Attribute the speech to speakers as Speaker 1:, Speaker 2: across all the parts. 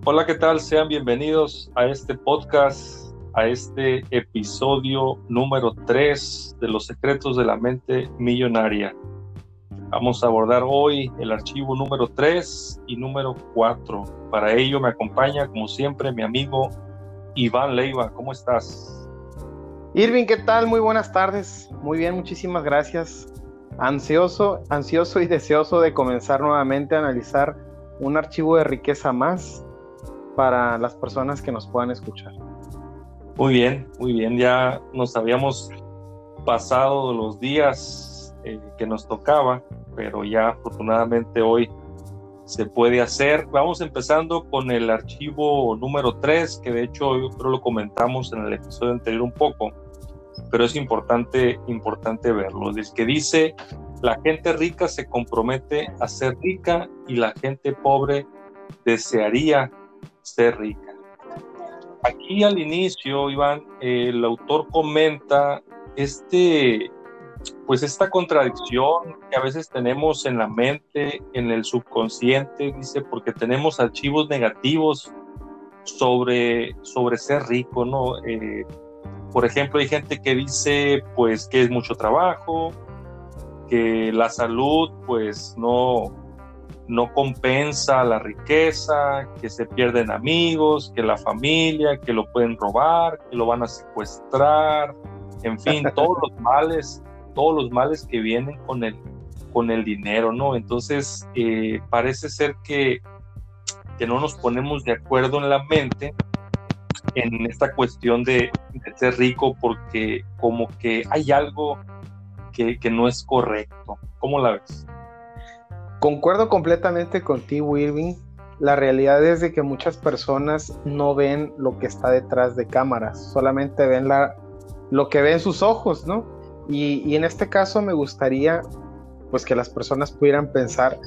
Speaker 1: Hola, ¿qué tal? Sean bienvenidos a este podcast, a este episodio número 3 de Los secretos de la mente millonaria. Vamos a abordar hoy el archivo número 3 y número 4. Para ello me acompaña, como siempre, mi amigo Iván Leiva. ¿Cómo estás?
Speaker 2: Irving, ¿qué tal? Muy buenas tardes. Muy bien, muchísimas gracias. Ansioso y deseoso de comenzar nuevamente a analizar un archivo de riqueza más para las personas que nos puedan escuchar.
Speaker 1: Muy bien. Ya nos habíamos pasado los días que nos tocaba, pero ya afortunadamente hoy se puede hacer. Vamos empezando con el archivo número 3, que de hecho yo creo lo comentamos en el episodio anterior un poco, pero es importante verlo. Es que dice: la gente rica se compromete a ser rica y la gente pobre desearía ser rica. Aquí al inicio, Iván, el autor comenta esta contradicción que a veces tenemos en la mente, en el subconsciente, dice, porque tenemos archivos negativos sobre ser rico, ¿no? Por ejemplo, hay gente que dice, pues, que es mucho trabajo, que la salud, pues, no compensa la riqueza, que se pierden amigos, que la familia, que lo pueden robar, que lo van a secuestrar, en fin, todos los males que vienen con el dinero, ¿no? Entonces, parece ser que no nos ponemos de acuerdo en la mente en esta cuestión de ser rico, porque como que hay algo que no es correcto. ¿Cómo la ves?
Speaker 2: Concuerdo completamente contigo, Irving. La realidad es de que muchas personas no ven lo que está detrás de cámaras, solamente ven lo que ven sus ojos, ¿no? Y en este caso me gustaría pues que las personas pudieran pensar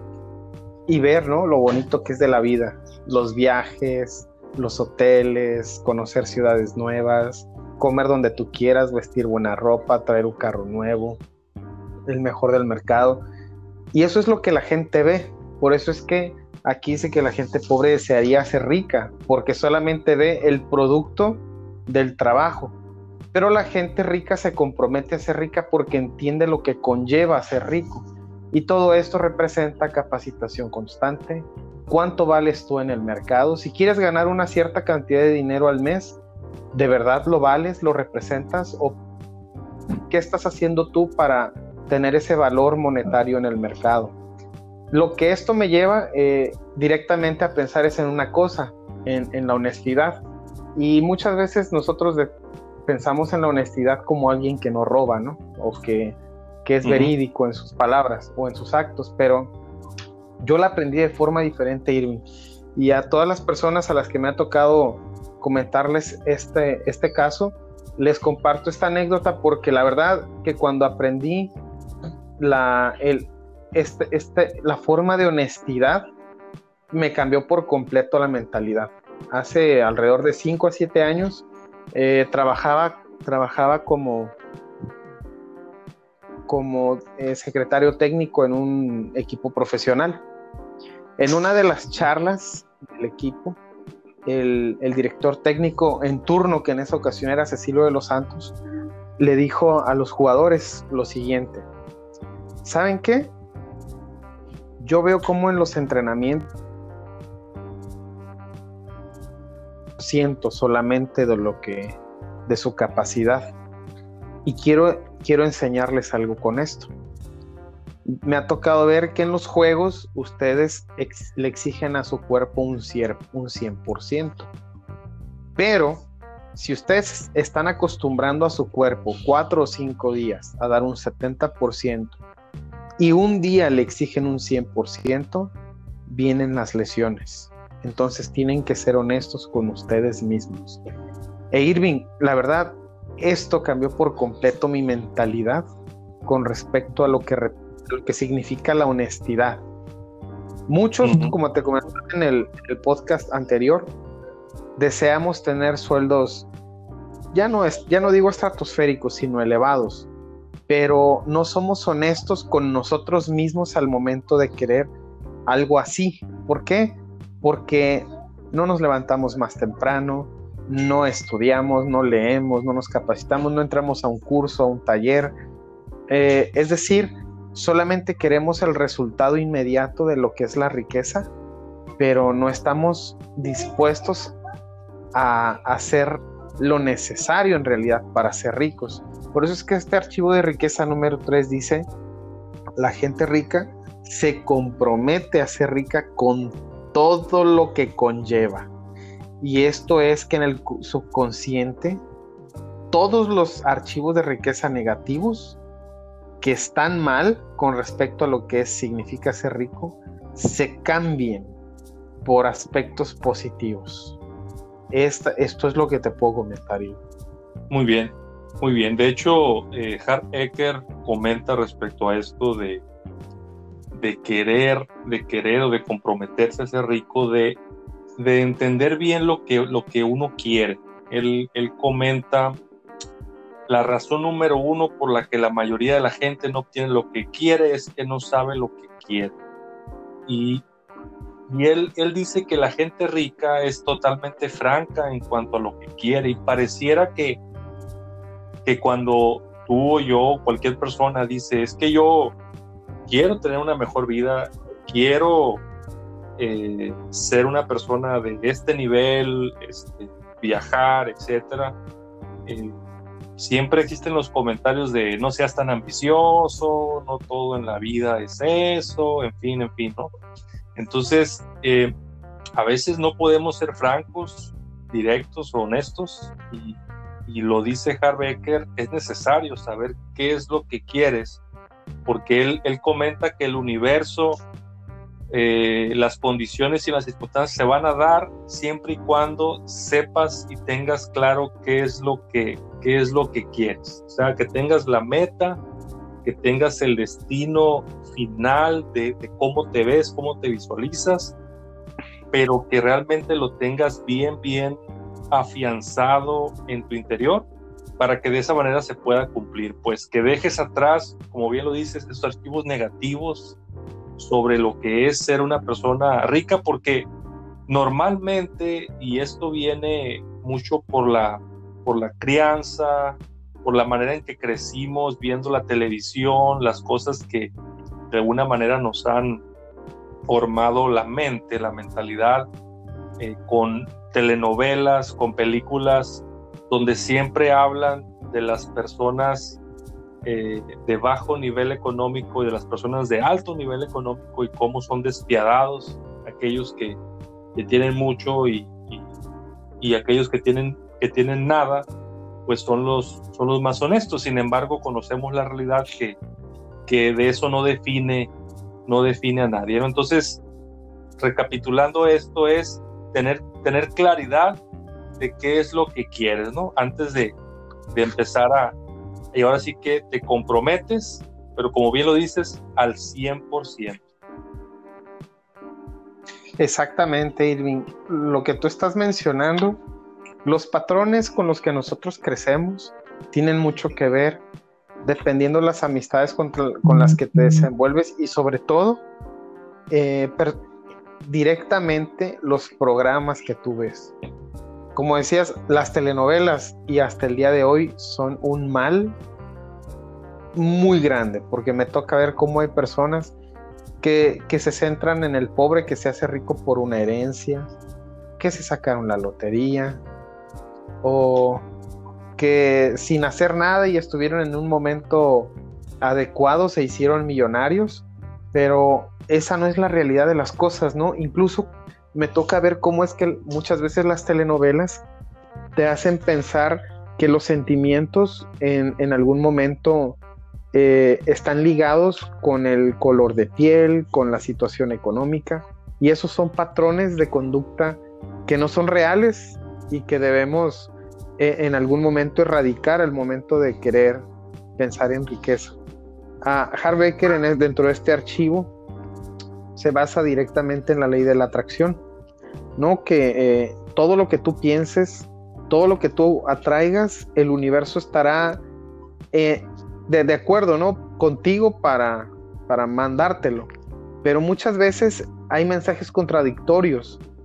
Speaker 2: y ver, ¿no?, lo bonito que es de la vida, los viajes, los hoteles, conocer ciudades nuevas, comer donde tú quieras, vestir buena ropa, traer un carro nuevo, el mejor del mercado. Y eso es lo que la gente ve. Por eso es que aquí dice que la gente pobre desearía ser rica, porque solamente ve el producto del trabajo. Pero la gente rica se compromete a ser rica porque entiende lo que conlleva ser rico. Y todo esto representa capacitación constante. ¿Cuánto vales tú en el mercado? Si quieres ganar una cierta cantidad de dinero al mes, ¿de verdad lo vales? ¿Lo representas? ¿O qué estás haciendo tú para tener ese valor monetario en el mercado? Lo que esto me lleva directamente a pensar es en una cosa, en la honestidad. Y muchas veces nosotros pensamos en la honestidad como alguien que no roba, ¿no? O que es verídico en sus palabras o en sus actos, pero yo la aprendí de forma diferente, Irving. Y a todas las personas a las que me ha tocado comentarles este caso, les comparto esta anécdota porque la verdad que cuando aprendí la forma de honestidad, me cambió por completo la mentalidad. Hace alrededor de 5 a 7 años trabajaba como secretario técnico en un equipo profesional. En una de las charlas del equipo, el director técnico en turno, que en esa ocasión era Cecilio de los Santos, le dijo a los jugadores lo siguiente: ¿saben qué? Yo veo cómo en los entrenamientos siento solamente de su capacidad, y quiero enseñarles algo con esto. Me ha tocado ver que en los juegos ustedes le exigen a su cuerpo un 100%, pero si ustedes están acostumbrando a su cuerpo 4 o 5 días a dar un 70% y un día le exigen un 100%, vienen las lesiones. Entonces tienen que ser honestos con ustedes mismos. Irving, la verdad, esto cambió por completo mi mentalidad con respecto a lo que significa la honestidad. Muchos, como te comenté en el podcast anterior, deseamos tener sueldos, ya no digo estratosféricos, sino elevados, pero no somos honestos con nosotros mismos al momento de querer algo así. ¿Por qué? Porque no nos levantamos más temprano, no estudiamos, no leemos, no nos capacitamos, no entramos a un curso, a un taller. Es decir, solamente queremos el resultado inmediato de lo que es la riqueza, pero no estamos dispuestos a hacer lo necesario en realidad para ser ricos. Por eso es que este archivo de riqueza número 3 dice: la gente rica se compromete a ser rica con todo lo que conlleva. Y esto es que en el subconsciente todos los archivos de riqueza negativos que están mal con respecto a lo que significa ser rico se cambien por aspectos positivos. Esto es lo que te puedo comentar yo.
Speaker 1: Muy bien, muy bien. De hecho, Hart Ecker comenta respecto a esto de querer o de comprometerse a ser rico, de entender bien lo que uno quiere. Él comenta: la razón número 1 por la que la mayoría de la gente no obtiene lo que quiere es que no sabe lo que quiere. Y él dice que la gente rica es totalmente franca en cuanto a lo que quiere, y pareciera que cuando tú o yo, cualquier persona dice: es que yo quiero tener una mejor vida, quiero ser una persona de este nivel, viajar, etcétera, siempre existen los comentarios de: no seas tan ambicioso, no todo en la vida es eso, en fin, ¿no? Entonces, a veces no podemos ser francos, directos o honestos, y lo dice Hart Ecker: es necesario saber qué es lo que quieres, porque él comenta que el universo, las condiciones y las circunstancias se van a dar siempre y cuando sepas y tengas claro qué es lo que quieres. O sea, que tengas la meta, que tengas el destino final de cómo te ves, cómo te visualizas, pero que realmente lo tengas bien afianzado en tu interior, para que de esa manera se pueda cumplir. Pues que dejes atrás, como bien lo dices, esos archivos negativos sobre lo que es ser una persona rica, porque normalmente, y esto viene mucho por la crianza, por la manera en que crecimos viendo la televisión, las cosas que de alguna manera nos han formado la mente, la mentalidad, con telenovelas, con películas donde siempre hablan de las personas de bajo nivel económico y de las personas de alto nivel económico, y cómo son despiadados aquellos que tienen mucho, y aquellos que tienen nada, pues son los más honestos. Sin embargo, conocemos la realidad que de eso no define a nadie, ¿no? Entonces, recapitulando, esto es tener claridad de qué es lo que quieres, ¿no? Antes de empezar y ahora sí que te comprometes, pero como bien lo dices, al 100%.
Speaker 2: Exactamente, Irving. Lo que tú estás mencionando, los patrones con los que nosotros crecemos tienen mucho que ver dependiendo las amistades con las que te desenvuelves, y sobre todo directamente los programas que tú ves. Como decías, las telenovelas y hasta el día de hoy son un mal muy grande, porque me toca ver cómo hay personas que se centran en el pobre que se hace rico por una herencia, que se sacaron la lotería, o que sin hacer nada y estuvieron en un momento adecuado se hicieron millonarios, pero esa no es la realidad de las cosas, ¿no? Incluso me toca ver cómo es que muchas veces las telenovelas te hacen pensar que los sentimientos en algún momento están ligados con el color de piel, con la situación económica, y esos son patrones de conducta que no son reales y que debemos en algún momento erradicar al momento de querer pensar en riqueza. Hart Ecker dentro de este archivo se basa directamente en la ley de la atracción, ¿no? Que todo lo que tú pienses, todo lo que tú atraigas, el universo estará de acuerdo, ¿no? Contigo para mandártelo. Pero muchas veces hay mensajes contradictorios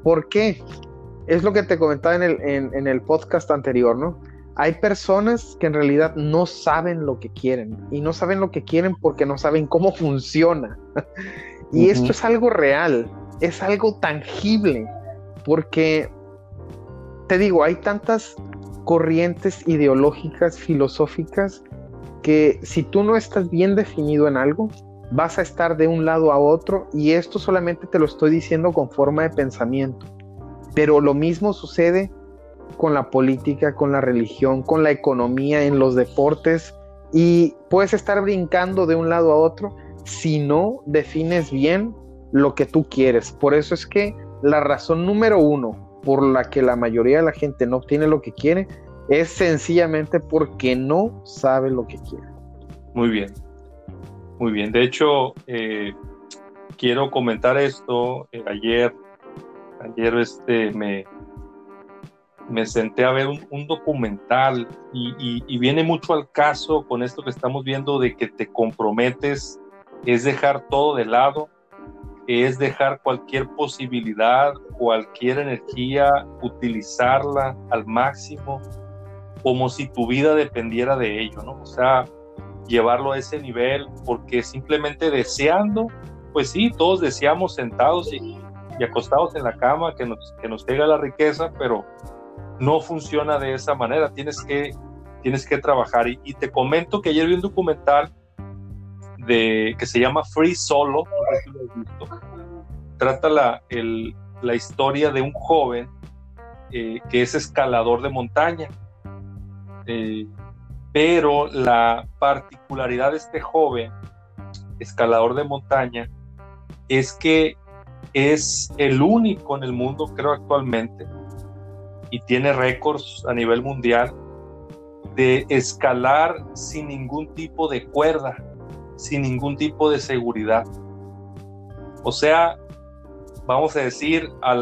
Speaker 2: ¿Por qué? Es lo que te comentaba en el podcast anterior, ¿no? Hay personas que en realidad no saben lo que quieren, y no saben lo que quieren porque no saben cómo funciona. Y esto es algo real, es algo tangible, porque te digo, hay tantas corrientes ideológicas, filosóficas, que si tú no estás bien definido en algo, vas a estar de un lado a otro, y esto solamente te lo estoy diciendo con forma de pensamiento. Pero lo mismo sucede con la política, con la religión, con la economía, en los deportes, y puedes estar brincando de un lado a otro si no defines bien lo que tú quieres. Por eso es que la razón número uno por la que la mayoría de la gente no obtiene lo que quiere es sencillamente porque no sabe lo que quiere.
Speaker 1: Muy bien, muy bien. De hecho, quiero comentar esto. Ayer me senté a ver un documental y viene mucho al caso con esto que estamos viendo de que te comprometes, es dejar todo de lado, es dejar cualquier posibilidad, cualquier energía, utilizarla al máximo, como si tu vida dependiera de ello, ¿no? O sea, llevarlo a ese nivel, porque simplemente deseando, pues sí, todos deseamos sentados y acostados en la cama que nos caiga la riqueza, pero no funciona de esa manera. Tienes que trabajar. Y te comento que ayer vi un documental que se llama Free Solo, no sé si lo has visto. Trata la historia de un joven que es escalador de montaña, pero la particularidad de este joven escalador de montaña es que es el único en el mundo, creo actualmente, y tiene récords a nivel mundial de escalar sin ningún tipo de cuerda, sin ningún tipo de seguridad. O sea, vamos a decir a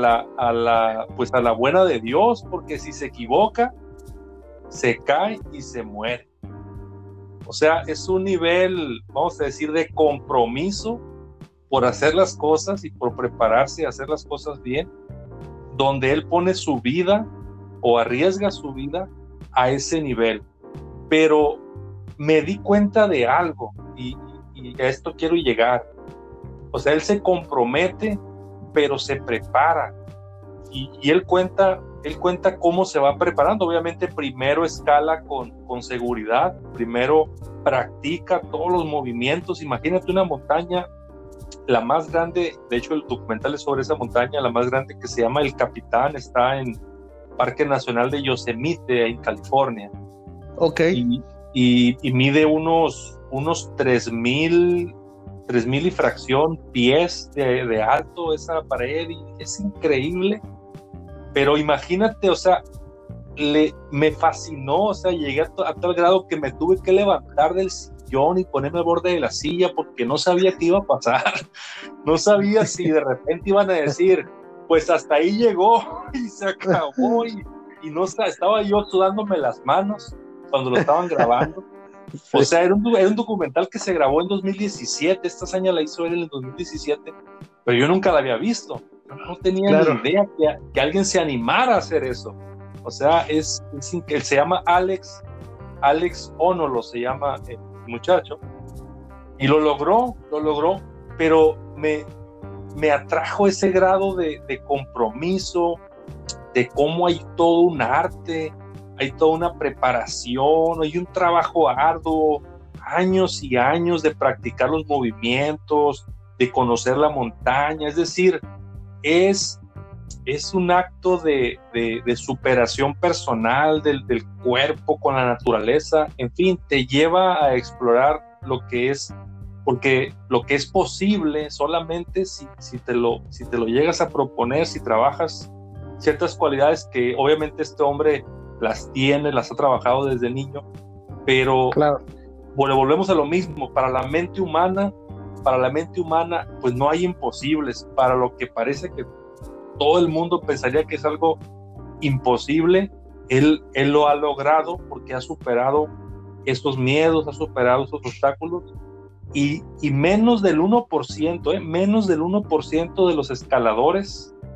Speaker 1: la buena de Dios, porque si se equivoca, se cae y se muere. O sea, es un nivel, vamos a decir, de compromiso por hacer las cosas y por prepararse a hacer las cosas bien, donde él pone su vida o arriesga su vida a ese nivel. Pero me di cuenta de algo y a esto quiero llegar. O sea, él se compromete, pero se prepara y él cuenta cómo se va preparando. Obviamente primero escala con seguridad, primero practica todos los movimientos. Imagínate una montaña, la más grande, de hecho el documental es sobre esa montaña, la más grande, que se llama El Capitán, está en Parque Nacional de Yosemite, en California.
Speaker 2: Ok.
Speaker 1: Y mide unos 3,000 y fracción pies de alto esa pared, y es increíble. Pero imagínate, o sea, me fascinó, o sea, llegué a tal grado que me tuve que levantar del sillón y ponerme al borde de la silla porque no sabía qué iba a pasar. No sabía si de repente iban a decir, pues hasta ahí llegó y se acabó, y no estaba yo sudándome las manos cuando lo estaban grabando. O sea, era un documental que se grabó en 2017, esta hazaña la hizo él en el 2017, pero yo nunca la había visto. No tenía ni idea que alguien se animara a hacer eso. O sea, él se llama Alex Honnold, se llama el muchacho, y lo logró, pero me atrajo ese grado de compromiso, de cómo hay todo un arte, hay toda una preparación, hay un trabajo arduo, años y años de practicar los movimientos, de conocer la montaña. Es decir, es un acto de superación personal del cuerpo con la naturaleza. En fin, te lleva a explorar lo que es, porque lo que es posible solamente si te lo llegas a proponer, si trabajas ciertas cualidades que obviamente este hombre las tiene, las ha trabajado desde niño, pero volvemos a lo mismo. Para la mente humana, pues no hay imposibles. Para lo que parece que todo el mundo pensaría que es algo imposible, él lo ha logrado porque ha superado estos miedos, ha superado esos obstáculos, y menos del 1%, menos del 1% de los escaladores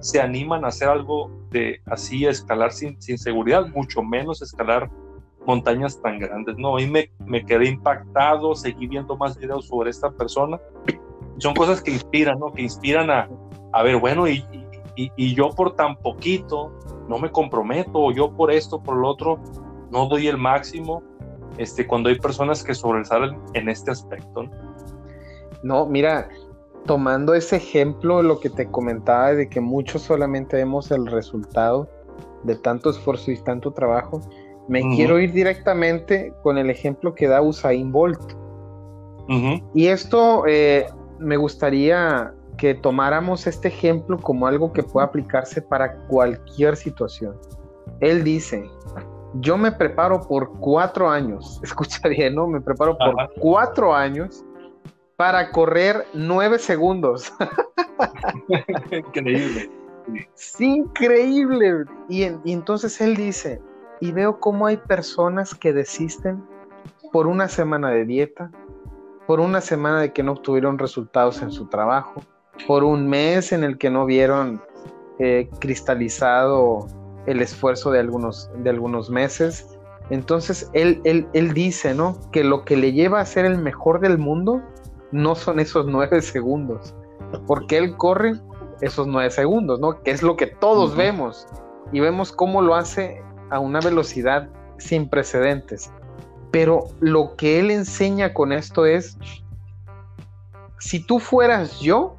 Speaker 1: se animan a hacer algo de así, a escalar sin seguridad, mucho menos escalar montañas tan grandes, ¿no? Y me quedé impactado, seguí viendo más videos sobre esta persona. Son cosas que inspiran, ¿no? Que inspiran a ver, bueno, y yo por tan poquito no me comprometo, o yo por esto, por lo otro, no doy el máximo, cuando hay personas que sobresalen en este aspecto, ¿no?
Speaker 2: No, mira, tomando ese ejemplo, lo que te comentaba de que muchos solamente vemos el resultado de tanto esfuerzo y tanto trabajo, me quiero ir directamente con el ejemplo que da Usain Bolt. Y esto me gustaría que tomáramos este ejemplo como algo que pueda aplicarse para cualquier situación. Él dice, yo me preparo por 4 años, escucha bien, ¿no? Me preparo por 4 años para correr 9 segundos.
Speaker 1: Increíble.
Speaker 2: Es increíble. Y entonces él dice, y veo cómo hay personas que desisten por una semana de dieta, por una semana de que no obtuvieron resultados en su trabajo, por un mes en el que no vieron cristalizado el esfuerzo de algunos meses. Entonces él dice, ¿no? Que lo que le lleva a ser el mejor del mundo no son esos 9 segundos, porque él corre esos 9 segundos, ¿no? Que es lo que todos vemos, y vemos cómo lo hace a una velocidad sin precedentes. Pero lo que él enseña con esto es, si tú fueras yo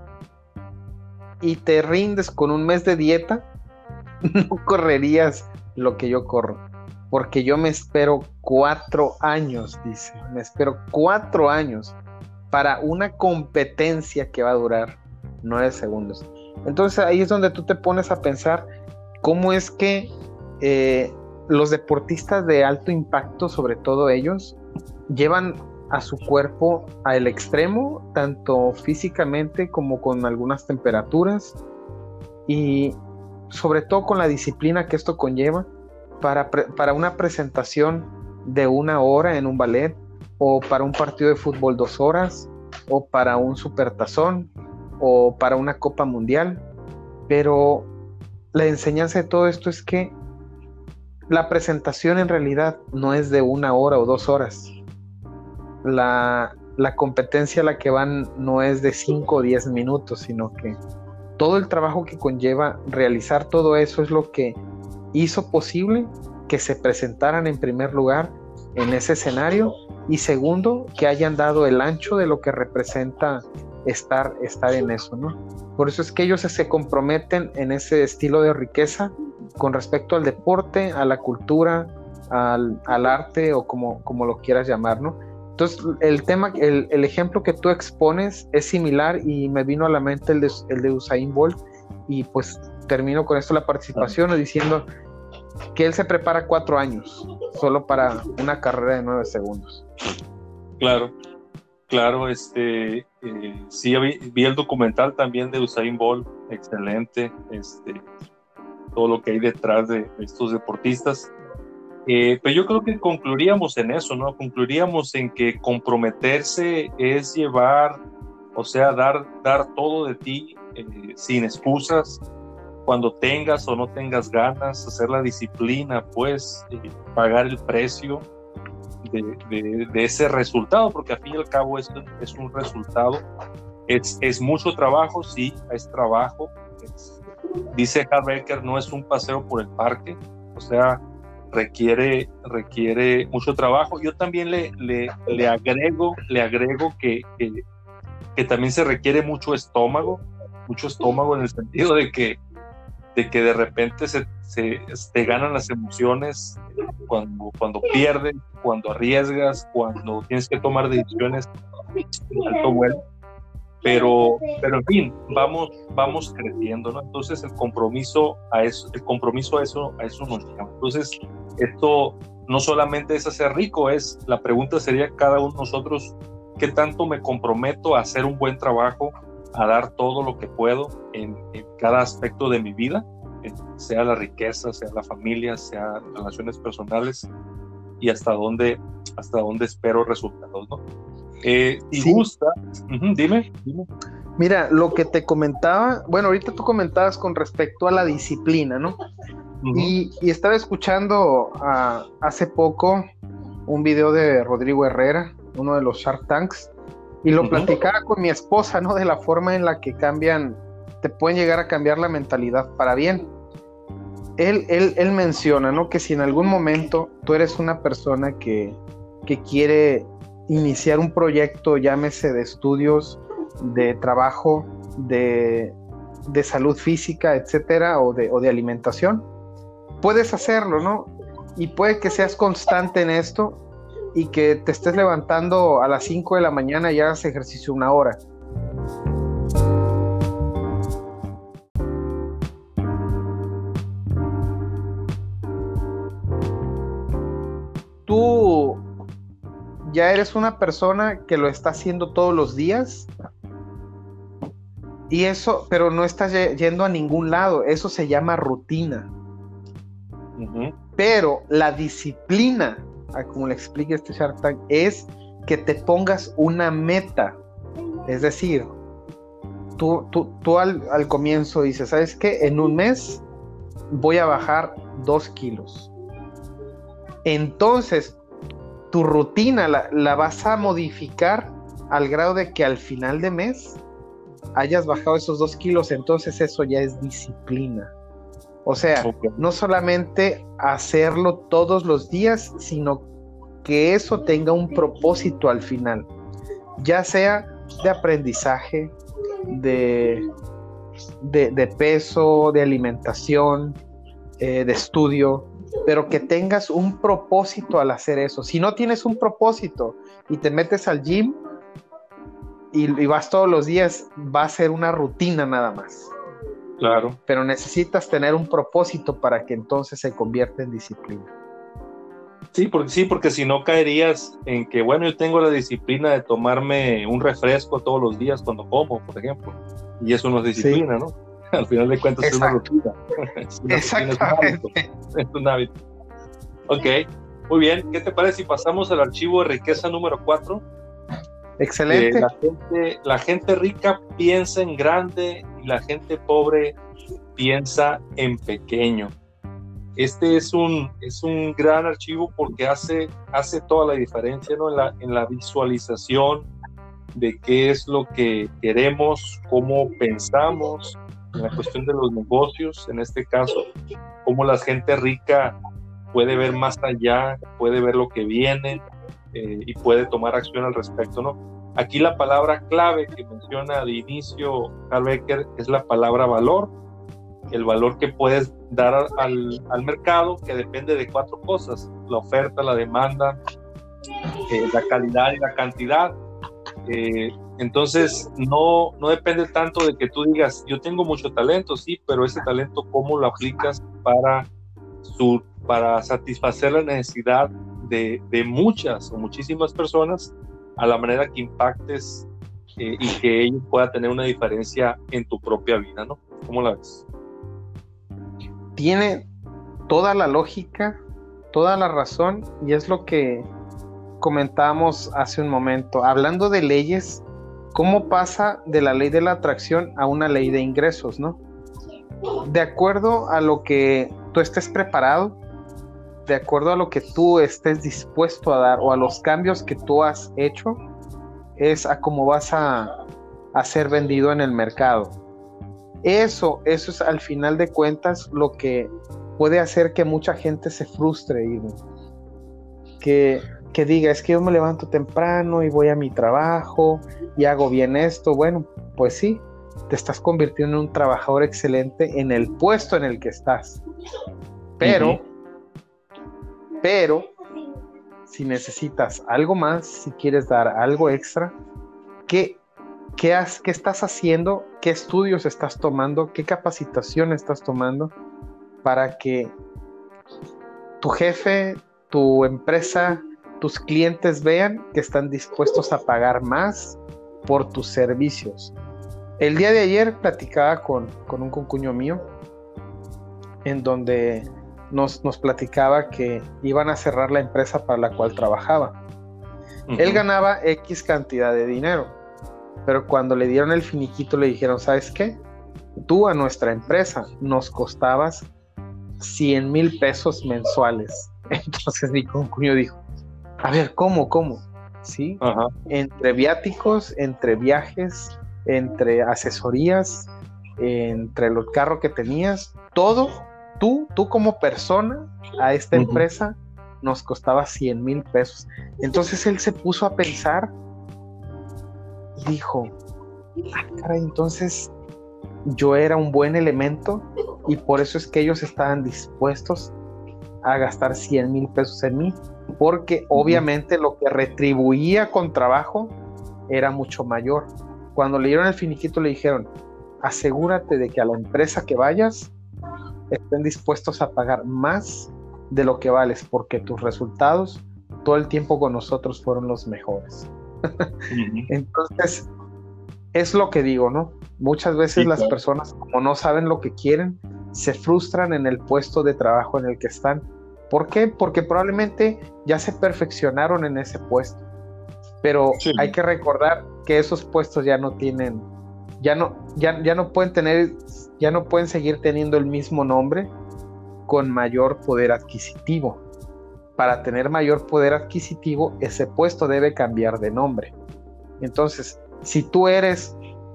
Speaker 2: y te rindes con un mes de dieta, no correrías lo que yo corro, porque yo me espero 4 años, dice, me espero 4 años para una competencia que va a durar 9 segundos. Entonces ahí es donde tú te pones a pensar cómo es que los deportistas de alto impacto, sobre todo ellos, llevan a su cuerpo al extremo, tanto físicamente como con algunas temperaturas, y sobre todo con la disciplina que esto conlleva para una presentación de 1 hora en un ballet, o para un partido de fútbol 2 horas, o para un supertazón, o para una Copa Mundial. Pero la enseñanza de todo esto es que la presentación en realidad no es de 1 hora o 2 horas. La competencia a la que van no es de 5 o 10 minutos, sino que todo el trabajo que conlleva realizar todo eso es lo que hizo posible que se presentaran en primer lugar en ese escenario, y segundo, que hayan dado el ancho de lo que representa estar en eso, ¿no? Por eso es que ellos se comprometen en ese estilo de riqueza con respecto al deporte, a la cultura, al arte, o como lo quieras llamar, ¿no? Entonces el ejemplo que tú expones es similar, y me vino a la mente el de Usain Bolt, y pues termino con esto la participación diciendo que él se prepara 4 años solo para una carrera de 9 segundos.
Speaker 1: Claro, sí, vi el documental también de Usain Bolt, excelente, todo lo que hay detrás de estos deportistas. Pero yo creo que concluiríamos en eso, ¿no? Concluiríamos en que comprometerse es llevar, o sea, dar todo de ti, sin excusas, cuando tengas o no tengas ganas, hacer la disciplina, pues, pagar el precio de ese resultado, porque al fin y al cabo es un resultado. Es mucho trabajo, sí, es trabajo. Dice Harbecker, no es un paseo por el parque, o sea, requiere mucho trabajo. Yo también le agrego que también se requiere mucho estómago en el sentido de que de repente te ganan las emociones cuando pierdes, cuando arriesgas, cuando tienes que tomar decisiones de alto vuelo. Pero en fin, vamos creciendo, ¿no? Entonces el compromiso a eso nos lleva. Entonces esto no solamente es hacer rico, la pregunta sería cada uno de nosotros: ¿qué tanto me comprometo a hacer un buen trabajo, a dar todo lo que puedo en cada aspecto de mi vida, sea la riqueza, sea la familia, sea relaciones personales, y hasta dónde espero resultados, ¿no? Si
Speaker 2: sí.
Speaker 1: gusta, dime.
Speaker 2: Mira, lo que te comentaba, bueno, ahorita tú comentabas con respecto a la disciplina, ¿no?
Speaker 1: Ujú,
Speaker 2: Y estaba escuchando hace poco un video de Rodrigo Herrera, uno de los Shark Tanks, y lo
Speaker 1: ujú.
Speaker 2: platicaba con mi esposa, ¿no? De la forma en la que cambian, te pueden llegar a cambiar la mentalidad para bien. Él menciona, ¿no? Que si en algún momento tú eres una persona que quiere iniciar un proyecto, llámese de estudios, de trabajo, de salud física, etcétera, o de alimentación, puedes hacerlo, ¿no? Y puede que seas constante en esto y que te estés levantando a las 5 de la mañana y hagas ejercicio 1 hora. Tú ya eres una persona que lo está haciendo todos los días y eso, pero no estás yendo a ningún lado, eso se llama rutina.
Speaker 1: Ujú.
Speaker 2: Pero la disciplina, como le explica este Shark Tank, es que te pongas una meta. Es decir, tú al comienzo dices, ¿sabes qué? En un mes voy a bajar 2 kilos. Entonces, tu rutina la vas a modificar al grado de que al final de mes hayas bajado esos 2 kilos. Entonces, eso ya es disciplina. O sea,
Speaker 1: Ok.
Speaker 2: no solamente hacerlo todos los días, sino que eso tenga un propósito al final, ya sea de aprendizaje, de, de peso, de alimentación, de estudio, pero que tengas un propósito al hacer eso. Si no tienes un propósito y te metes al gym y vas todos los días, va a ser una rutina nada más.
Speaker 1: Claro.
Speaker 2: Pero necesitas tener un propósito para que entonces se convierta en disciplina.
Speaker 1: Sí, porque si no caerías en que, bueno, yo tengo la disciplina de tomarme un refresco todos los días cuando como, por ejemplo, y eso no es
Speaker 2: Sí,
Speaker 1: disciplina, ¿no? Al final de cuentas es una
Speaker 2: exacto,
Speaker 1: rutina, es una rutina, es un hábito,
Speaker 2: exactamente.
Speaker 1: es un hábito. Ok, muy bien, ¿qué te parece si pasamos al archivo de riqueza número 4?
Speaker 2: Excelente.
Speaker 1: La gente rica piensa en grande y la gente pobre piensa en pequeño. Este es un gran archivo porque hace toda la diferencia, ¿no? En la visualización de qué es lo que queremos, cómo pensamos, en la cuestión de los negocios, en este caso, cómo la gente rica puede ver más allá, puede ver lo que viene y puede tomar acción al respecto, ¿no? Aquí la palabra clave que menciona de inicio Carl Becker es la palabra valor, el valor que puedes dar al mercado, que depende de 4 cosas: la oferta, la demanda, la calidad y la cantidad. Entonces, no depende tanto de que tú digas, yo tengo mucho talento, sí, pero ese talento, ¿cómo lo aplicas para satisfacer la necesidad de muchas o muchísimas personas, a la manera que impactes y que ellos puedan tener una diferencia en tu propia vida, ¿no? ¿Cómo la ves?
Speaker 2: Tiene toda la lógica, toda la razón, y es lo que comentábamos hace un momento. Hablando de leyes, ¿cómo pasa de la ley de la atracción a una ley de ingresos, no? De acuerdo a lo que tú estés preparado, de acuerdo a lo que tú estés dispuesto a dar o a los cambios que tú has hecho, es a cómo vas a ser vendido en el mercado. Eso es al final de cuentas lo que puede hacer que mucha gente se frustre y que diga, es que yo me levanto temprano y voy a mi trabajo y hago bien esto. Bueno, pues sí, te estás convirtiendo en un trabajador excelente en el puesto en el que estás. Pero, pero, si necesitas algo más, si quieres dar algo extra, ¿qué estás haciendo? ¿Qué estudios estás tomando? ¿Qué capacitación estás tomando para que tu jefe, tu empresa, tus clientes vean que están dispuestos a pagar más por tus servicios? El día de ayer platicaba con un concuño mío en donde nos platicaba que iban a cerrar la empresa para la cual trabajaba. Él ganaba X cantidad de dinero, pero cuando le dieron el finiquito le dijeron, ¿sabes qué? Tú a nuestra empresa nos costabas 100,000 pesos mensuales. Entonces mi concuño dijo, a ver, ¿cómo? ¿Sí?
Speaker 1: Ajá.
Speaker 2: Entre viáticos, entre viajes, entre asesorías, entre el carro que tenías, todo, tú como persona a esta empresa nos costaba 100,000 pesos. Entonces él se puso a pensar y dijo, caray, entonces yo era un buen elemento y por eso es que ellos estaban dispuestos a gastar 100,000 pesos en mí, porque obviamente lo que retribuía con trabajo era mucho mayor. Cuando le dieron el finiquito le dijeron, asegúrate de que a la empresa que vayas estén dispuestos a pagar más de lo que vales, porque tus resultados todo el tiempo con nosotros fueron los mejores. Entonces es lo que digo, ¿no? Muchas veces las personas, como no saben lo que quieren, se frustran en el puesto de trabajo en el que están. ¿Por qué? Porque probablemente ya se perfeccionaron en ese puesto, pero hay que recordar que esos puestos ya no tienen, ya no pueden seguir teniendo el mismo nombre con mayor poder adquisitivo. Para tener mayor poder adquisitivo, ese puesto debe cambiar de nombre. Entonces, si tú eres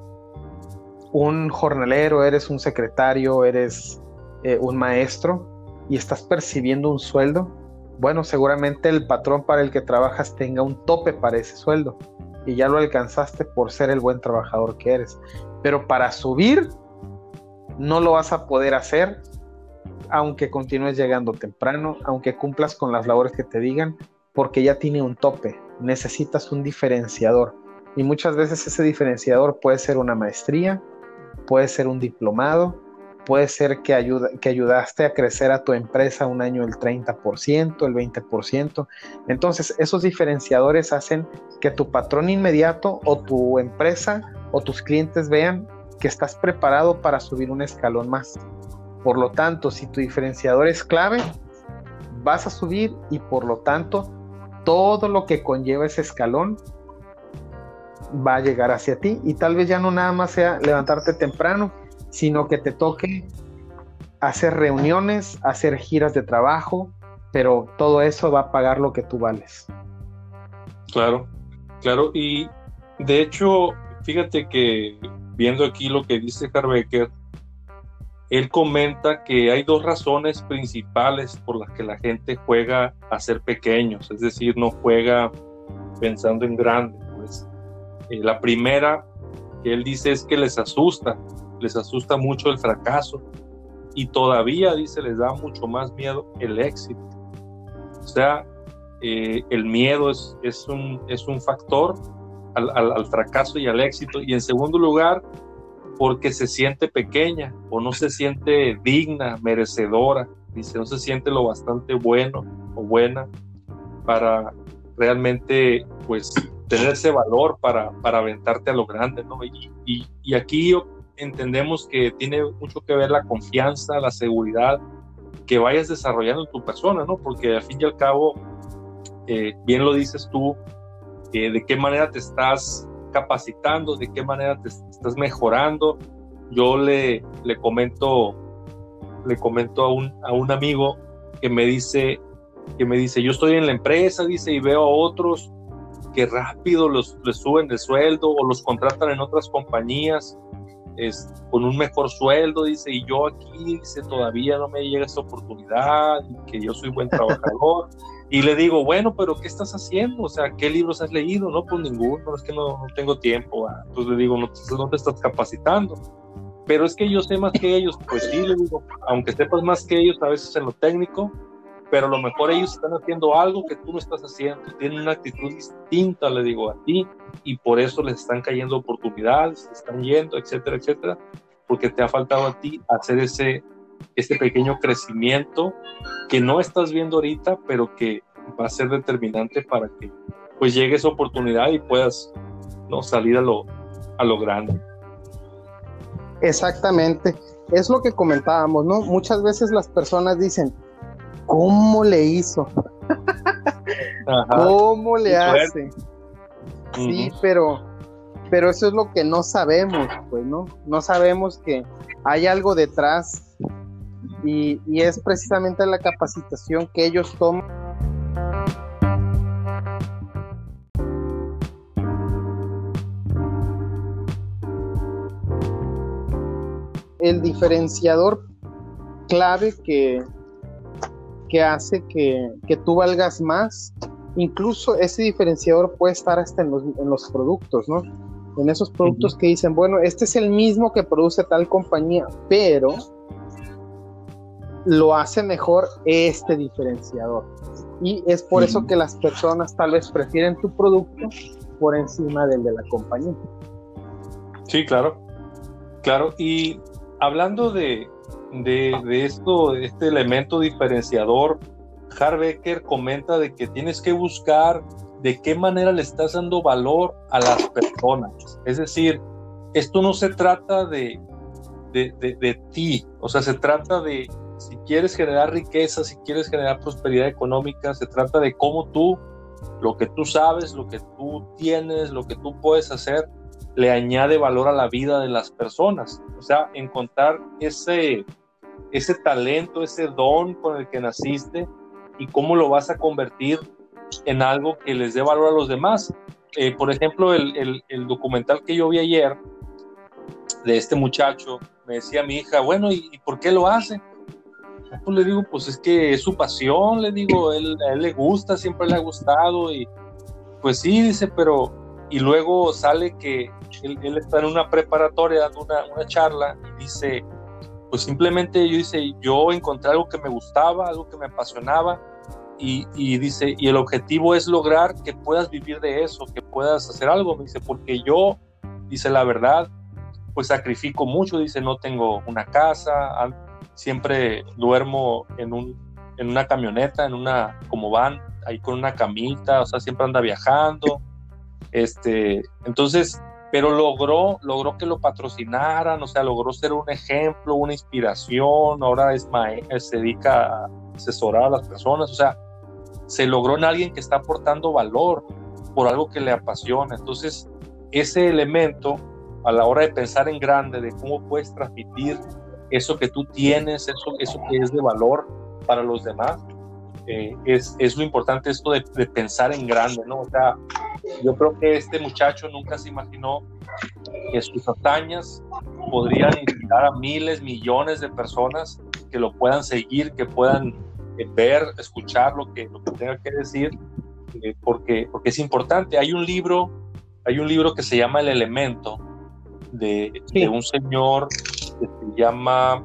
Speaker 2: un jornalero, eres un secretario, eres un maestro y estás percibiendo un sueldo, bueno, seguramente el patrón para el que trabajas tenga un tope para ese sueldo y ya lo alcanzaste por ser el buen trabajador que eres. Pero para subir no lo vas a poder hacer aunque continúes llegando temprano, aunque cumplas con las labores que te digan, porque ya tiene un tope. Necesitas un diferenciador y muchas veces ese diferenciador puede ser una maestría, puede ser un diplomado, puede ser que ayudaste a crecer a tu empresa un año el 30%, el 20%. Entonces esos diferenciadores hacen que tu patrón inmediato o tu empresa o tus clientes vean que estás preparado para subir un escalón más. Por lo tanto, si tu diferenciador es clave, vas a subir y por lo tanto todo lo que conlleva ese escalón va a llegar hacia ti, y tal vez ya no nada más sea levantarte temprano, sino que te toque hacer reuniones, hacer giras de trabajo, pero todo eso va a pagar lo que tú vales.
Speaker 1: Claro, y de hecho, fíjate que viendo aquí lo que dice Harbecker, él comenta que hay dos razones principales por las que la gente juega a ser pequeños, es decir, no juega pensando en grande. Pues. La primera que él dice es que les asusta mucho el fracaso y todavía, dice, les da mucho más miedo el éxito. O sea, el miedo es un factor al fracaso y al éxito. Y en segundo lugar, porque se siente pequeña o no se siente digna, merecedora, dice, no se siente lo bastante bueno o buena para realmente, pues, tener ese valor para aventarte a lo grande, ¿no? Y aquí entendemos que tiene mucho que ver la confianza, la seguridad que vayas desarrollando en tu persona, ¿no? Porque al fin y al cabo, bien lo dices tú, de qué manera te estás capacitando, de qué manera te estás mejorando. Yo le comento a un amigo que me dice, yo estoy en la empresa, dice, y veo a otros que rápido les suben el sueldo o los contratan en otras compañías con un mejor sueldo, dice, y yo aquí, dice, todavía no me llega esta oportunidad, y que yo soy buen trabajador. Y le digo, bueno, pero ¿qué estás haciendo? O sea, ¿qué libros has leído? No, pues ninguno, es que no tengo tiempo. Entonces le digo, no te estás capacitando. Pero es que yo sé más que ellos. Pues sí, le digo, aunque sepas más que ellos a veces en lo técnico, pero a lo mejor ellos están haciendo algo que tú no estás haciendo, tienen una actitud distinta, le digo, a ti, y por eso les están cayendo oportunidades, están yendo, etcétera, etcétera, porque te ha faltado a ti hacer ese pequeño crecimiento que no estás viendo ahorita, pero que va a ser determinante para que pues llegue esa oportunidad y puedas, ¿no?, salir a lo grande.
Speaker 2: Exactamente, es lo que comentábamos, ¿no? Muchas veces las personas dicen, ¿cómo le hizo?
Speaker 1: Ajá.
Speaker 2: ¿Cómo le hace?
Speaker 1: Uh-huh.
Speaker 2: Sí, pero pero eso es lo que no sabemos, pues, ¿no? No sabemos que hay algo detrás y es precisamente la capacitación que ellos toman. El diferenciador clave que hace que tú valgas más, incluso ese diferenciador puede estar hasta en los productos, ¿no? En esos productos que dicen, bueno, este es el mismo que produce tal compañía, pero lo hace mejor este diferenciador. Y es por eso que las personas tal vez prefieren tu producto por encima del de la compañía.
Speaker 1: Sí, claro. Claro, y hablando de esto, de este elemento diferenciador, Harv Eker comenta de que tienes que buscar de qué manera le estás dando valor a las personas. Es decir, esto no se trata de ti, o sea, se trata de, si quieres generar riqueza, si quieres generar prosperidad económica, se trata de cómo tú, lo que tú sabes, lo que tú tienes, lo que tú puedes hacer, le añade valor a la vida de las personas. O sea, encontrar ese talento, ese don con el que naciste y cómo lo vas a convertir en algo que les dé valor a los demás. Por ejemplo, el documental que yo vi ayer de este muchacho, me decía mi hija, bueno, ¿y por qué lo hace? Pues le digo, pues es que es su pasión, le digo, a él le gusta, siempre le ha gustado, y pues sí, dice, pero, y luego sale que él está en una preparatoria dando una charla y dice, pues simplemente yo encontré algo que me gustaba, algo que me apasionaba, y dice, y el objetivo es lograr que puedas vivir de eso, que puedas hacer algo. Me dice, porque yo, dice, la verdad, pues sacrifico mucho, dice, no tengo una casa, siempre duermo en una camioneta, en una como van, ahí con una camita, o sea, siempre anda viajando, entonces, pero logró que lo patrocinaran, o sea, logró ser un ejemplo, una inspiración, ahora se dedica a asesorar a las personas, o sea, se logró en alguien que está aportando valor por algo que le apasiona. Entonces, ese elemento, a la hora de pensar en grande, de cómo puedes transmitir eso que tú tienes, eso que es de valor para los demás, es lo importante, esto de pensar en grande, ¿no? O sea, yo creo que este muchacho nunca se imaginó que sus hazañas podrían inspirar a miles, millones de personas que lo puedan seguir, que puedan ver, escuchar lo que tenga que decir, porque es importante. Hay un libro que se llama El Elemento, de un señor que se llama,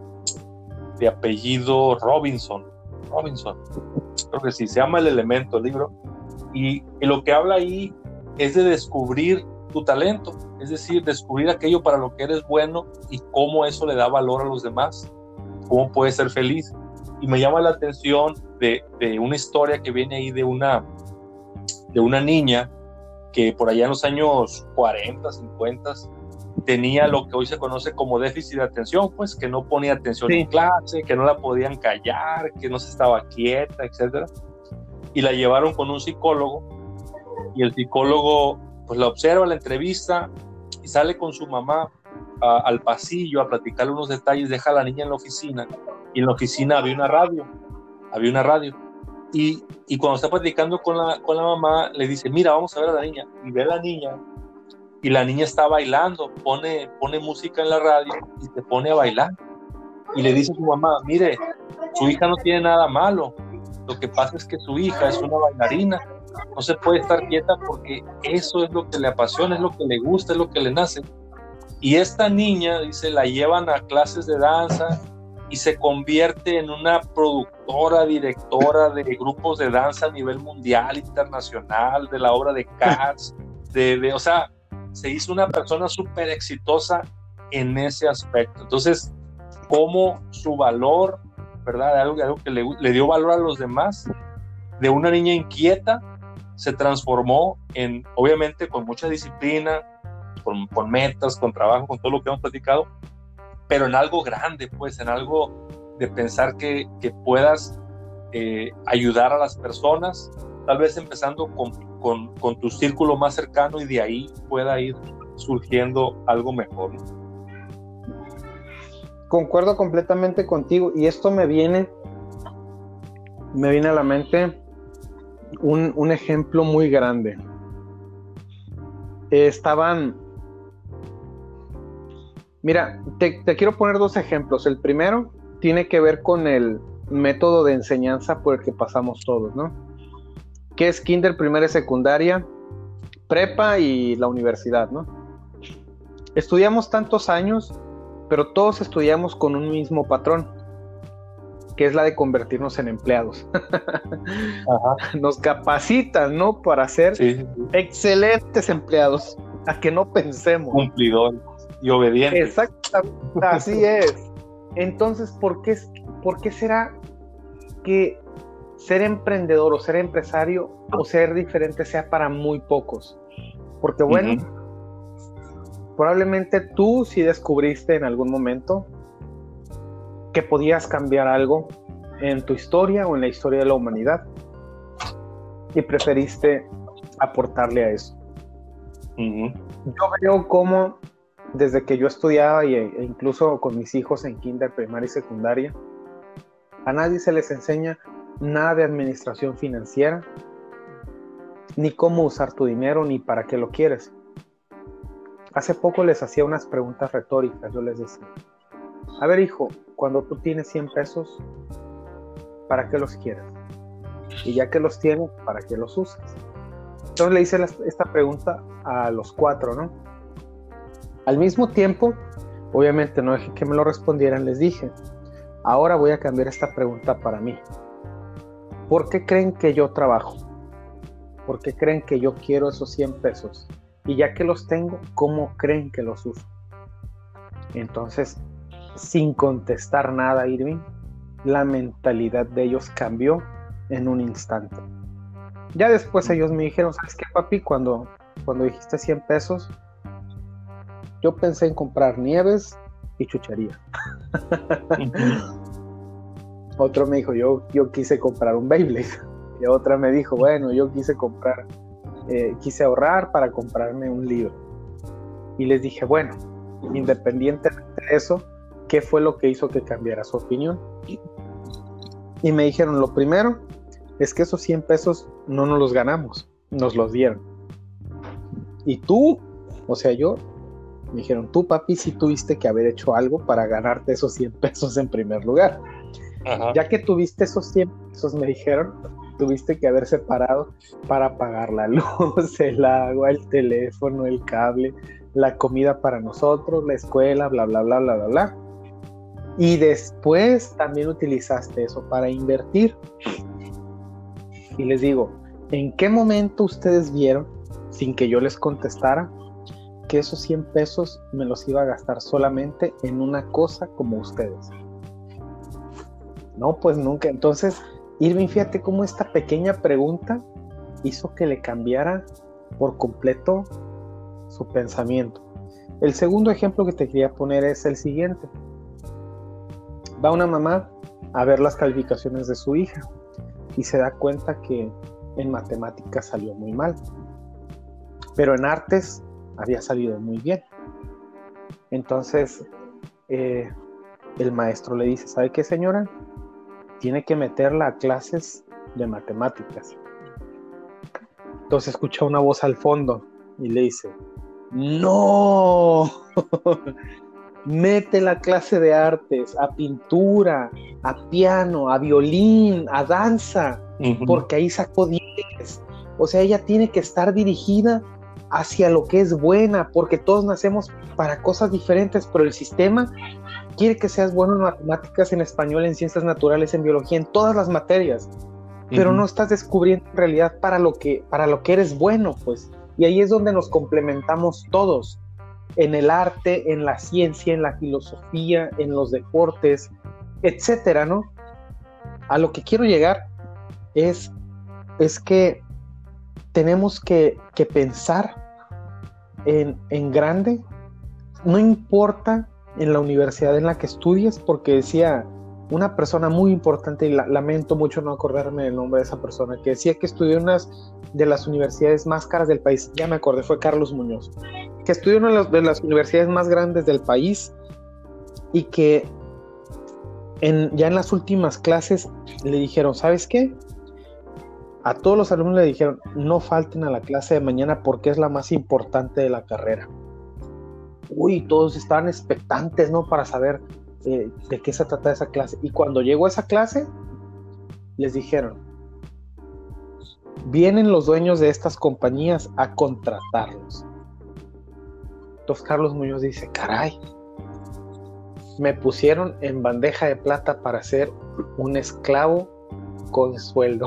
Speaker 1: de apellido Robinson, creo que sí, se llama El Elemento el libro, y lo que habla ahí es de descubrir tu talento, es decir, descubrir aquello para lo que eres bueno y cómo eso le da valor a los demás, cómo puedes ser feliz. Y me llama la atención de una historia que viene ahí de una niña que por allá en los años 40, 50 tenía lo que hoy se conoce como déficit de atención, pues que no ponía atención en clase, que no la podían callar, que no se estaba quieta, etcétera. Y la llevaron con un psicólogo, y el psicólogo pues la observa, la entrevista, y sale con su mamá al pasillo a platicarle unos detalles, deja a la niña en la oficina, y en la oficina había una radio, y cuando está platicando con la mamá, le dice, mira, vamos a ver a la niña, y ve a la niña, y la niña está bailando, pone música en la radio, y se pone a bailar, y le dice a su mamá, mire, su hija no tiene nada malo, lo que pasa es que su hija es una bailarina, no se puede estar quieta porque eso es lo que le apasiona, es lo que le gusta, es lo que le nace. Y esta niña, dice, la llevan a clases de danza y se convierte en una productora, directora de grupos de danza a nivel mundial, internacional, de la obra de Cats, o sea, se hizo una persona súper exitosa en ese aspecto. Entonces, cómo su valor, ¿verdad? Algo que le dio valor a los demás, de una niña inquieta, se transformó en, obviamente, con mucha disciplina, con metas, con trabajo, con todo lo que hemos platicado, pero en algo grande, pues, en algo de pensar que puedas ayudar a las personas, tal vez empezando con tu círculo más cercano, y de ahí pueda ir surgiendo algo mejor, ¿no?
Speaker 2: Concuerdo completamente contigo, y esto me viene a la mente un ejemplo muy grande. Mira, te quiero poner dos ejemplos. El primero tiene que ver con el método de enseñanza por el que pasamos todos, ¿no? Que es kinder, primaria, secundaria, prepa y la universidad, ¿no? Estudiamos tantos años, pero todos estudiamos con un mismo patrón, que es la de convertirnos en empleados. Ajá. Nos capacitan, ¿no? Para ser excelentes empleados, a que no pensemos.
Speaker 1: Cumplidores y obedientes.
Speaker 2: Exactamente, así es. Entonces, ¿por qué será que ser emprendedor o ser empresario o ser diferente sea para muy pocos? Porque bueno, probablemente tú sí descubriste en algún momento que podías cambiar algo en tu historia o en la historia de la humanidad y preferiste aportarle a eso. Yo veo cómo desde que yo estudiaba e incluso con mis hijos en kinder, primaria y secundaria, a nadie se les enseña nada de administración financiera, ni cómo usar tu dinero, ni para qué lo quieres. Hace poco les hacía unas preguntas retóricas. Yo les decía, a ver, hijo, cuando tú tienes 100 pesos, ¿para qué los quieres? Y ya que los tienes, ¿para qué los usas? Entonces le hice esta pregunta a los 4, ¿no? Al mismo tiempo, obviamente no dejé que me lo respondieran, les dije, ahora voy a cambiar esta pregunta para mí. ¿Por qué creen que yo trabajo? ¿Por qué creen que yo quiero esos 100 pesos? Y ya que los tengo, ¿cómo creen que los uso? Entonces, sin contestar nada, Irving, la mentalidad de ellos cambió en un instante. Ya después ellos me dijeron, ¿sabes qué, papi? Cuando dijiste 100 pesos, yo pensé en comprar nieves y chuchería. Otro me dijo, yo quise comprar un Beyblade. Y otra me dijo, bueno, yo quise ahorrar para comprarme un libro. Y les dije, bueno, independientemente de eso, ¿qué fue lo que hizo que cambiara su opinión? Y me dijeron, lo primero es que esos 100 pesos no nos los ganamos, nos los dieron. Y tú, o sea, yo, me dijeron, tú, papi, sí tuviste que haber hecho algo para ganarte esos 100 pesos en primer lugar. Ajá. Ya que tuviste esos 100 pesos, me dijeron, tuviste que haber separado para pagar la luz, el agua, el teléfono, el cable, la comida para nosotros, la escuela, bla, bla, bla, bla, bla, bla. Y después también utilizaste eso para invertir. Y les digo, ¿en qué momento ustedes vieron, sin que yo les contestara, que esos 100 pesos me los iba a gastar solamente en una cosa como ustedes? No, pues nunca. Entonces, Irving, fíjate cómo esta pequeña pregunta hizo que le cambiara por completo su pensamiento. El segundo ejemplo que te quería poner es el siguiente. Va una mamá a ver las calificaciones de su hija y se da cuenta que en matemáticas salió muy mal, pero en artes había salido muy bien. Entonces el maestro le dice, ¿sabe qué, señora? Tiene que meterla a clases de matemáticas. Entonces escucha una voz al fondo y le dice, ¡no! Mete la clase de artes, a pintura, a piano, a violín, a danza, porque ahí sacó 10. O sea, ella tiene que estar dirigida hacia lo que es buena, porque todos nacemos para cosas diferentes, pero el sistema quiere que seas bueno en matemáticas, en español, en ciencias naturales, en biología, en todas las materias, pero no estás descubriendo en realidad para lo que eres bueno, pues. Y ahí es donde nos complementamos todos, en el arte, en la ciencia, en la filosofía, en los deportes, etcétera, ¿no? A lo que quiero llegar es que tenemos que pensar en grande, no importa en la universidad en la que estudies, porque decía una persona muy importante, y lamento mucho no acordarme del nombre de esa persona, que decía que estudió en una de las universidades más caras del país, ya me acordé, fue Carlos Muñoz, que que estudia en una de las universidades más grandes del país y que ya en las últimas clases le dijeron, ¿sabes qué? A todos los alumnos le dijeron, no falten a la clase de mañana porque es la más importante de la carrera. Uy, todos estaban expectantes, ¿no? Para saber de qué se trata esa clase. Y cuando llegó esa clase, les dijeron, vienen los dueños de estas compañías a contratarlos. Entonces Carlos Muñoz dice, caray, me pusieron en bandeja de plata para ser un esclavo con sueldo.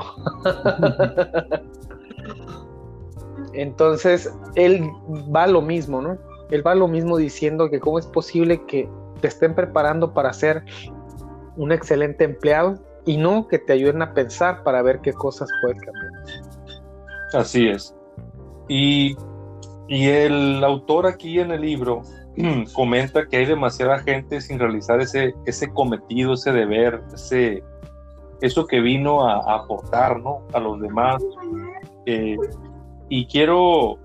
Speaker 2: Entonces él va a lo mismo, ¿no? Él va a lo mismo diciendo que cómo es posible que te estén preparando para ser un excelente empleado y no que te ayuden a pensar para ver qué cosas puedes cambiar.
Speaker 1: Así es. Y el autor aquí en el libro comenta que hay demasiada gente sin realizar ese cometido, ese deber, eso que vino a aportar, ¿no? A los demás. Y quiero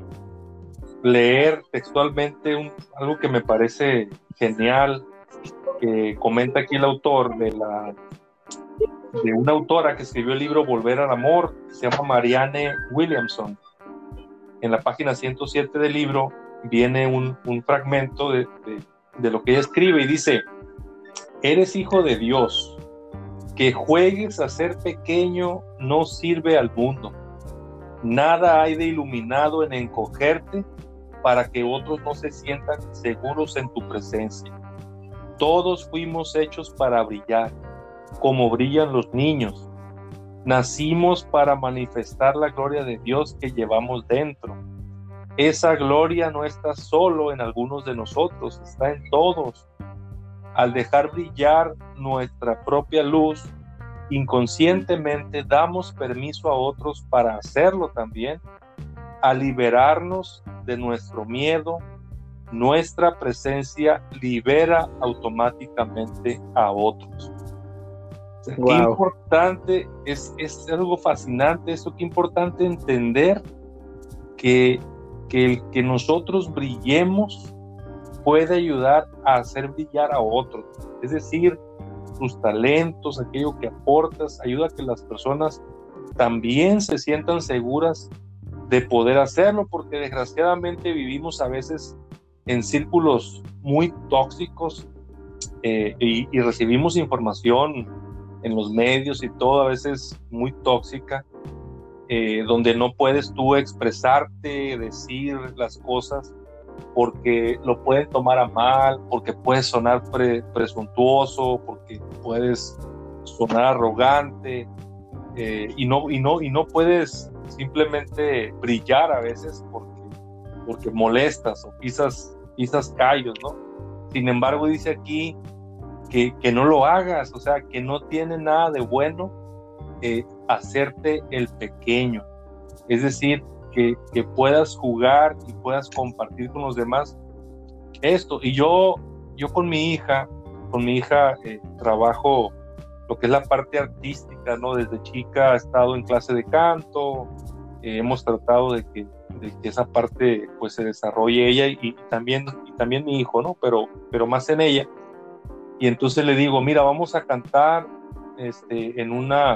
Speaker 1: leer textualmente algo que me parece genial, que comenta aquí el autor de una autora que escribió el libro Volver al Amor, que se llama Marianne Williamson. En la página 107 del libro viene un fragmento de lo que ella escribe y dice: eres hijo de Dios, que juegues a ser pequeño no sirve al mundo. Nada hay de iluminado en encogerte para que otros no se sientan seguros en tu presencia. Todos fuimos hechos para brillar, como brillan los niños. Nacimos para manifestar la gloria de Dios que llevamos dentro. Esa gloria no está solo en algunos de nosotros, está en todos. Al dejar brillar nuestra propia luz, inconscientemente damos permiso a otros para hacerlo también. Al liberarnos de nuestro miedo, nuestra presencia libera automáticamente a otros. Wow. Qué importante, es algo fascinante esto, qué importante entender que el que nosotros brillemos puede ayudar a hacer brillar a otros. Es decir, tus talentos, aquello que aportas, ayuda a que las personas también se sientan seguras de poder hacerlo, porque desgraciadamente vivimos a veces en círculos muy tóxicos y recibimos información en los medios y todo a veces muy tóxica, donde no puedes tú expresarte, decir las cosas porque lo pueden tomar a mal, porque puedes sonar presuntuoso, porque puedes sonar arrogante, y no puedes simplemente brillar a veces porque molestas o pisas callos, ¿no? Sin embargo, dice aquí que no lo hagas, o sea, que no tiene nada de bueno hacerte el pequeño. Es decir, que puedas jugar y puedas compartir con los demás esto. Y yo con mi hija trabajo lo que es la parte artística, ¿no? Desde chica ha estado en clase de canto, hemos tratado de que esa parte pues se desarrolle ella y también mi hijo, ¿no? Pero más en ella. Y entonces le digo, mira, vamos a cantar en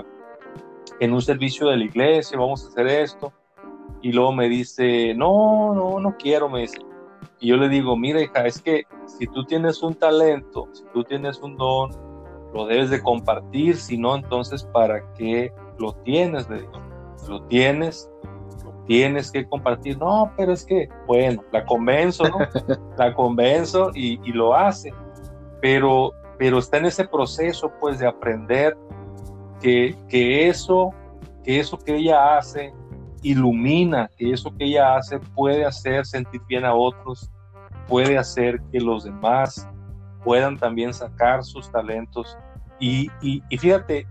Speaker 1: un servicio de la iglesia, vamos a hacer esto. Y luego me dice, no quiero, me dice. Y yo le digo, mira, hija, es que si tú tienes un talento, si tú tienes un don, lo debes de compartir, si no, entonces, ¿para qué lo tienes? Le digo, lo tienes que compartir. No, pero es que, bueno, la convenzo, ¿no? La convenzo y lo hace. Pero está en ese proceso, pues, de aprender que eso que ella hace ilumina, que eso que ella hace puede hacer sentir bien a otros, puede hacer que los demás puedan también sacar sus talentos y fíjate,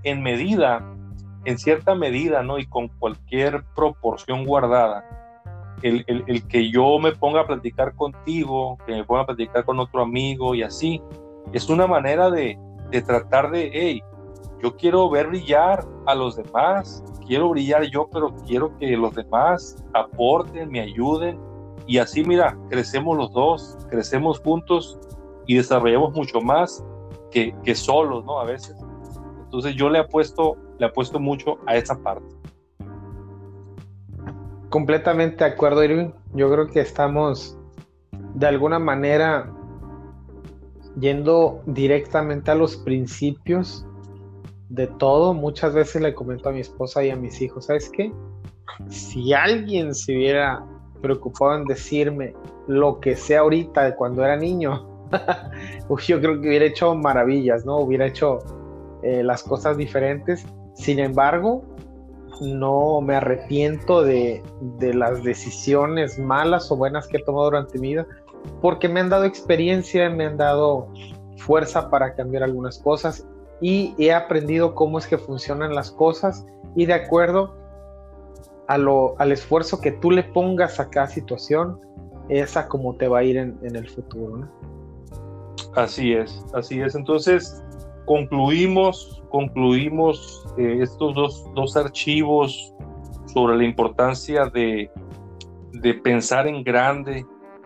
Speaker 1: en cierta medida, ¿no? Y con cualquier proporción guardada, el que yo me ponga a platicar contigo, que me ponga a platicar con otro amigo y así, es una manera de tratar de, hey, yo quiero ver brillar a los demás, quiero brillar yo, pero quiero que los demás aporten, me ayuden y así, mira, crecemos los dos, crecemos juntos y desarrollamos mucho más que solos, ¿no? A veces. Entonces yo le apuesto mucho a esa parte.
Speaker 2: Completamente de acuerdo, Irving. Yo creo que estamos de alguna manera yendo directamente a los principios de todo. Muchas veces le comento a mi esposa y a mis hijos, ¿sabes qué? Si alguien se hubiera preocupado en decirme lo que sé ahorita de cuando era niño, yo creo que hubiera hecho maravillas, ¿no? Hubiera hecho las cosas diferentes. Sin embargo, no me arrepiento de las decisiones malas o buenas que he tomado durante mi vida, porque me han dado experiencia, me han dado fuerza para cambiar algunas cosas y he aprendido cómo es que funcionan las cosas y de acuerdo al esfuerzo que tú le pongas a cada situación, es a cómo te va a ir en el futuro, ¿no?
Speaker 1: Así es. Entonces, concluimos estos dos archivos sobre la importancia de pensar en grande,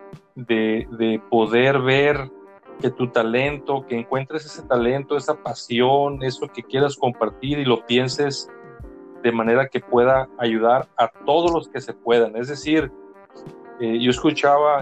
Speaker 1: de poder ver que tu talento, que encuentres ese talento, esa pasión, eso que quieras compartir y lo pienses de manera que pueda ayudar a todos los que se puedan. Es decir, yo escuchaba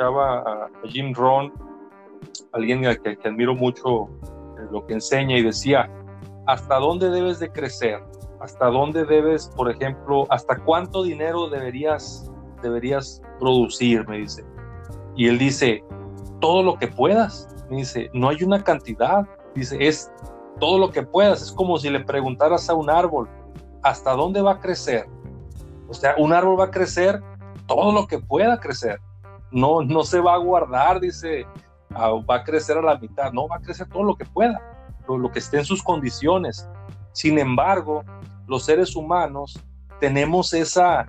Speaker 1: a Jim Rohn, alguien que admiro mucho lo que enseña, y decía, ¿hasta dónde debes de crecer? ¿Hasta dónde debes, por ejemplo, hasta cuánto dinero deberías producir? Me dice. Y él dice, todo lo que puedas. Me dice, no hay una cantidad. Dice, es todo lo que puedas. Es como si le preguntaras a un árbol, ¿hasta dónde va a crecer? O sea, un árbol va a crecer todo lo que pueda crecer. No se va a guardar, dice, va a crecer a la mitad. No, va a crecer todo lo que pueda, lo que esté en sus condiciones. Sin embargo, los seres humanos tenemos esa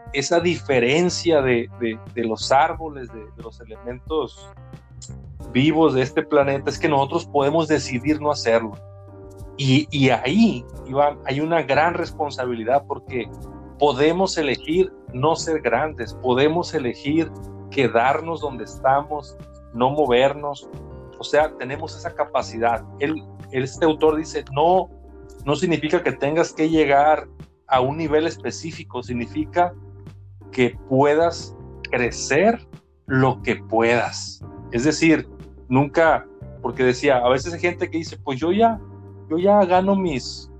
Speaker 1: diferencia de los árboles, de los elementos vivos de este planeta, es que nosotros podemos decidir no hacerlo. Y ahí, Iván, hay una gran responsabilidad, porque podemos elegir no ser grandes, podemos elegir quedarnos donde estamos, no movernos. O sea, tenemos esa capacidad. Este autor dice, no significa que tengas que llegar a un nivel específico, significa que puedas crecer lo que puedas. Es decir, nunca, porque decía, a veces hay gente que dice, pues yo ya gano mis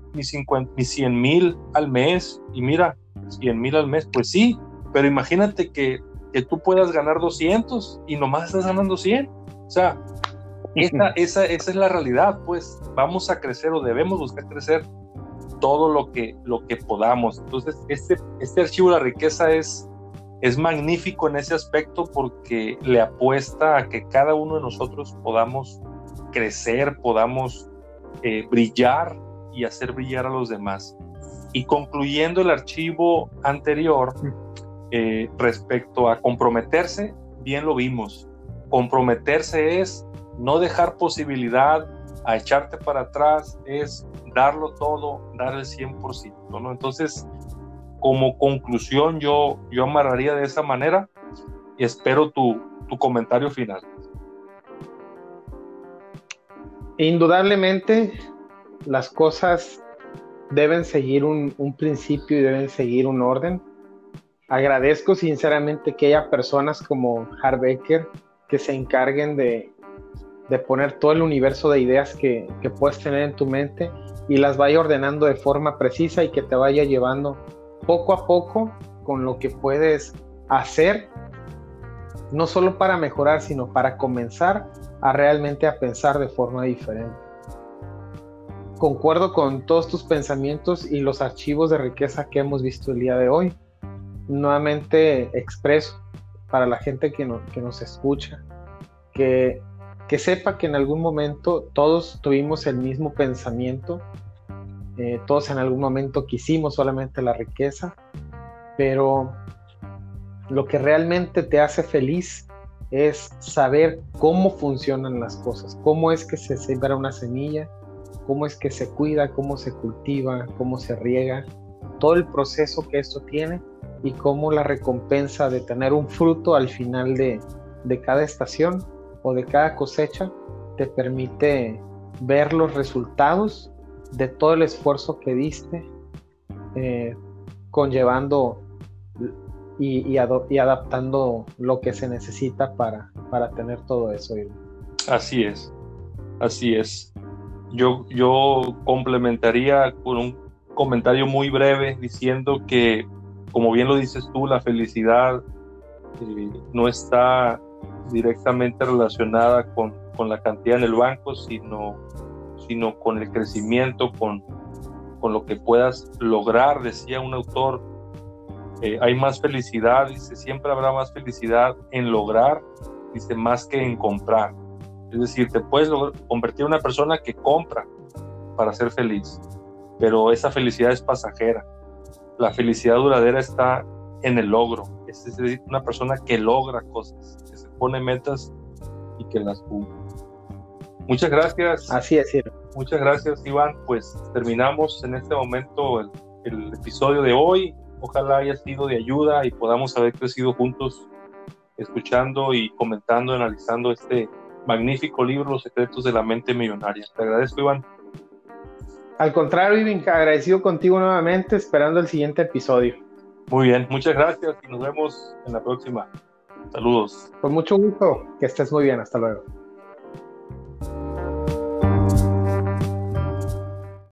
Speaker 1: 100,000 al mes, y mira, 100,000 al mes, pues sí, pero imagínate que tú puedas ganar 200 y nomás estás ganando 100. O sea, esa es la realidad. Pues vamos a crecer, o debemos buscar crecer todo lo que podamos. Entonces, este archivo de la riqueza es magnífico en ese aspecto, porque le apuesta a que cada uno de nosotros podamos crecer, podamos brillar y hacer brillar a los demás. Y concluyendo el archivo anterior, respecto a comprometerse, bien lo vimos. Comprometerse es no dejar posibilidad a echarte para atrás, es darlo todo, dar el 100%, ¿no? Entonces, como conclusión, yo amarraría de esa manera, y espero tu comentario final.
Speaker 2: Indudablemente, las cosas deben seguir un principio y deben seguir un orden. Agradezco sinceramente que haya personas como Harv Eker que se encarguen de poner todo el universo de ideas que puedes tener en tu mente y las vaya ordenando de forma precisa, y que te vaya llevando poco a poco con lo que puedes hacer, no solo para mejorar, sino para comenzar a realmente a pensar de forma diferente. Concuerdo con todos tus pensamientos y los archivos de riqueza que hemos visto el día de hoy. Nuevamente expreso para la gente que nos escucha, que sepa que en algún momento todos tuvimos el mismo pensamiento, todos en algún momento quisimos solamente la riqueza, pero lo que realmente te hace feliz es saber cómo funcionan las cosas, cómo es que se siembra una semilla, cómo es que se cuida, cómo se cultiva, cómo se riega, todo el proceso que esto tiene, y cómo la recompensa de tener un fruto al final de cada estación o de cada cosecha te permite ver los resultados de todo el esfuerzo que diste, conllevando y adaptando lo que se necesita para tener todo eso.
Speaker 1: Así es, así es. Yo complementaría con un comentario muy breve diciendo que, como bien lo dices tú, la felicidad no está directamente relacionada con la cantidad en el banco, sino con el crecimiento, con lo que puedas lograr. Decía un autor, hay más felicidad, dice, siempre habrá más felicidad en lograr, dice, más que en comprar. Es decir, te puedes convertir en una persona que compra para ser feliz, pero esa felicidad es pasajera. La felicidad duradera está en el logro. Es decir, una persona que logra cosas, que se pone metas y que las cumple. Muchas gracias.
Speaker 2: Así es, sí.
Speaker 1: Muchas gracias, Iván. Pues terminamos en este momento el episodio de hoy. Ojalá haya sido de ayuda y podamos haber crecido juntos, escuchando y comentando, analizando este magnífico libro, Los secretos de la mente millonaria. Te agradezco, Iván.
Speaker 2: Al contrario, Iván, agradecido contigo nuevamente, esperando el siguiente episodio.
Speaker 1: Muy bien, muchas gracias y nos vemos en la próxima. Saludos.
Speaker 2: Con mucho gusto, que estés muy bien, hasta luego.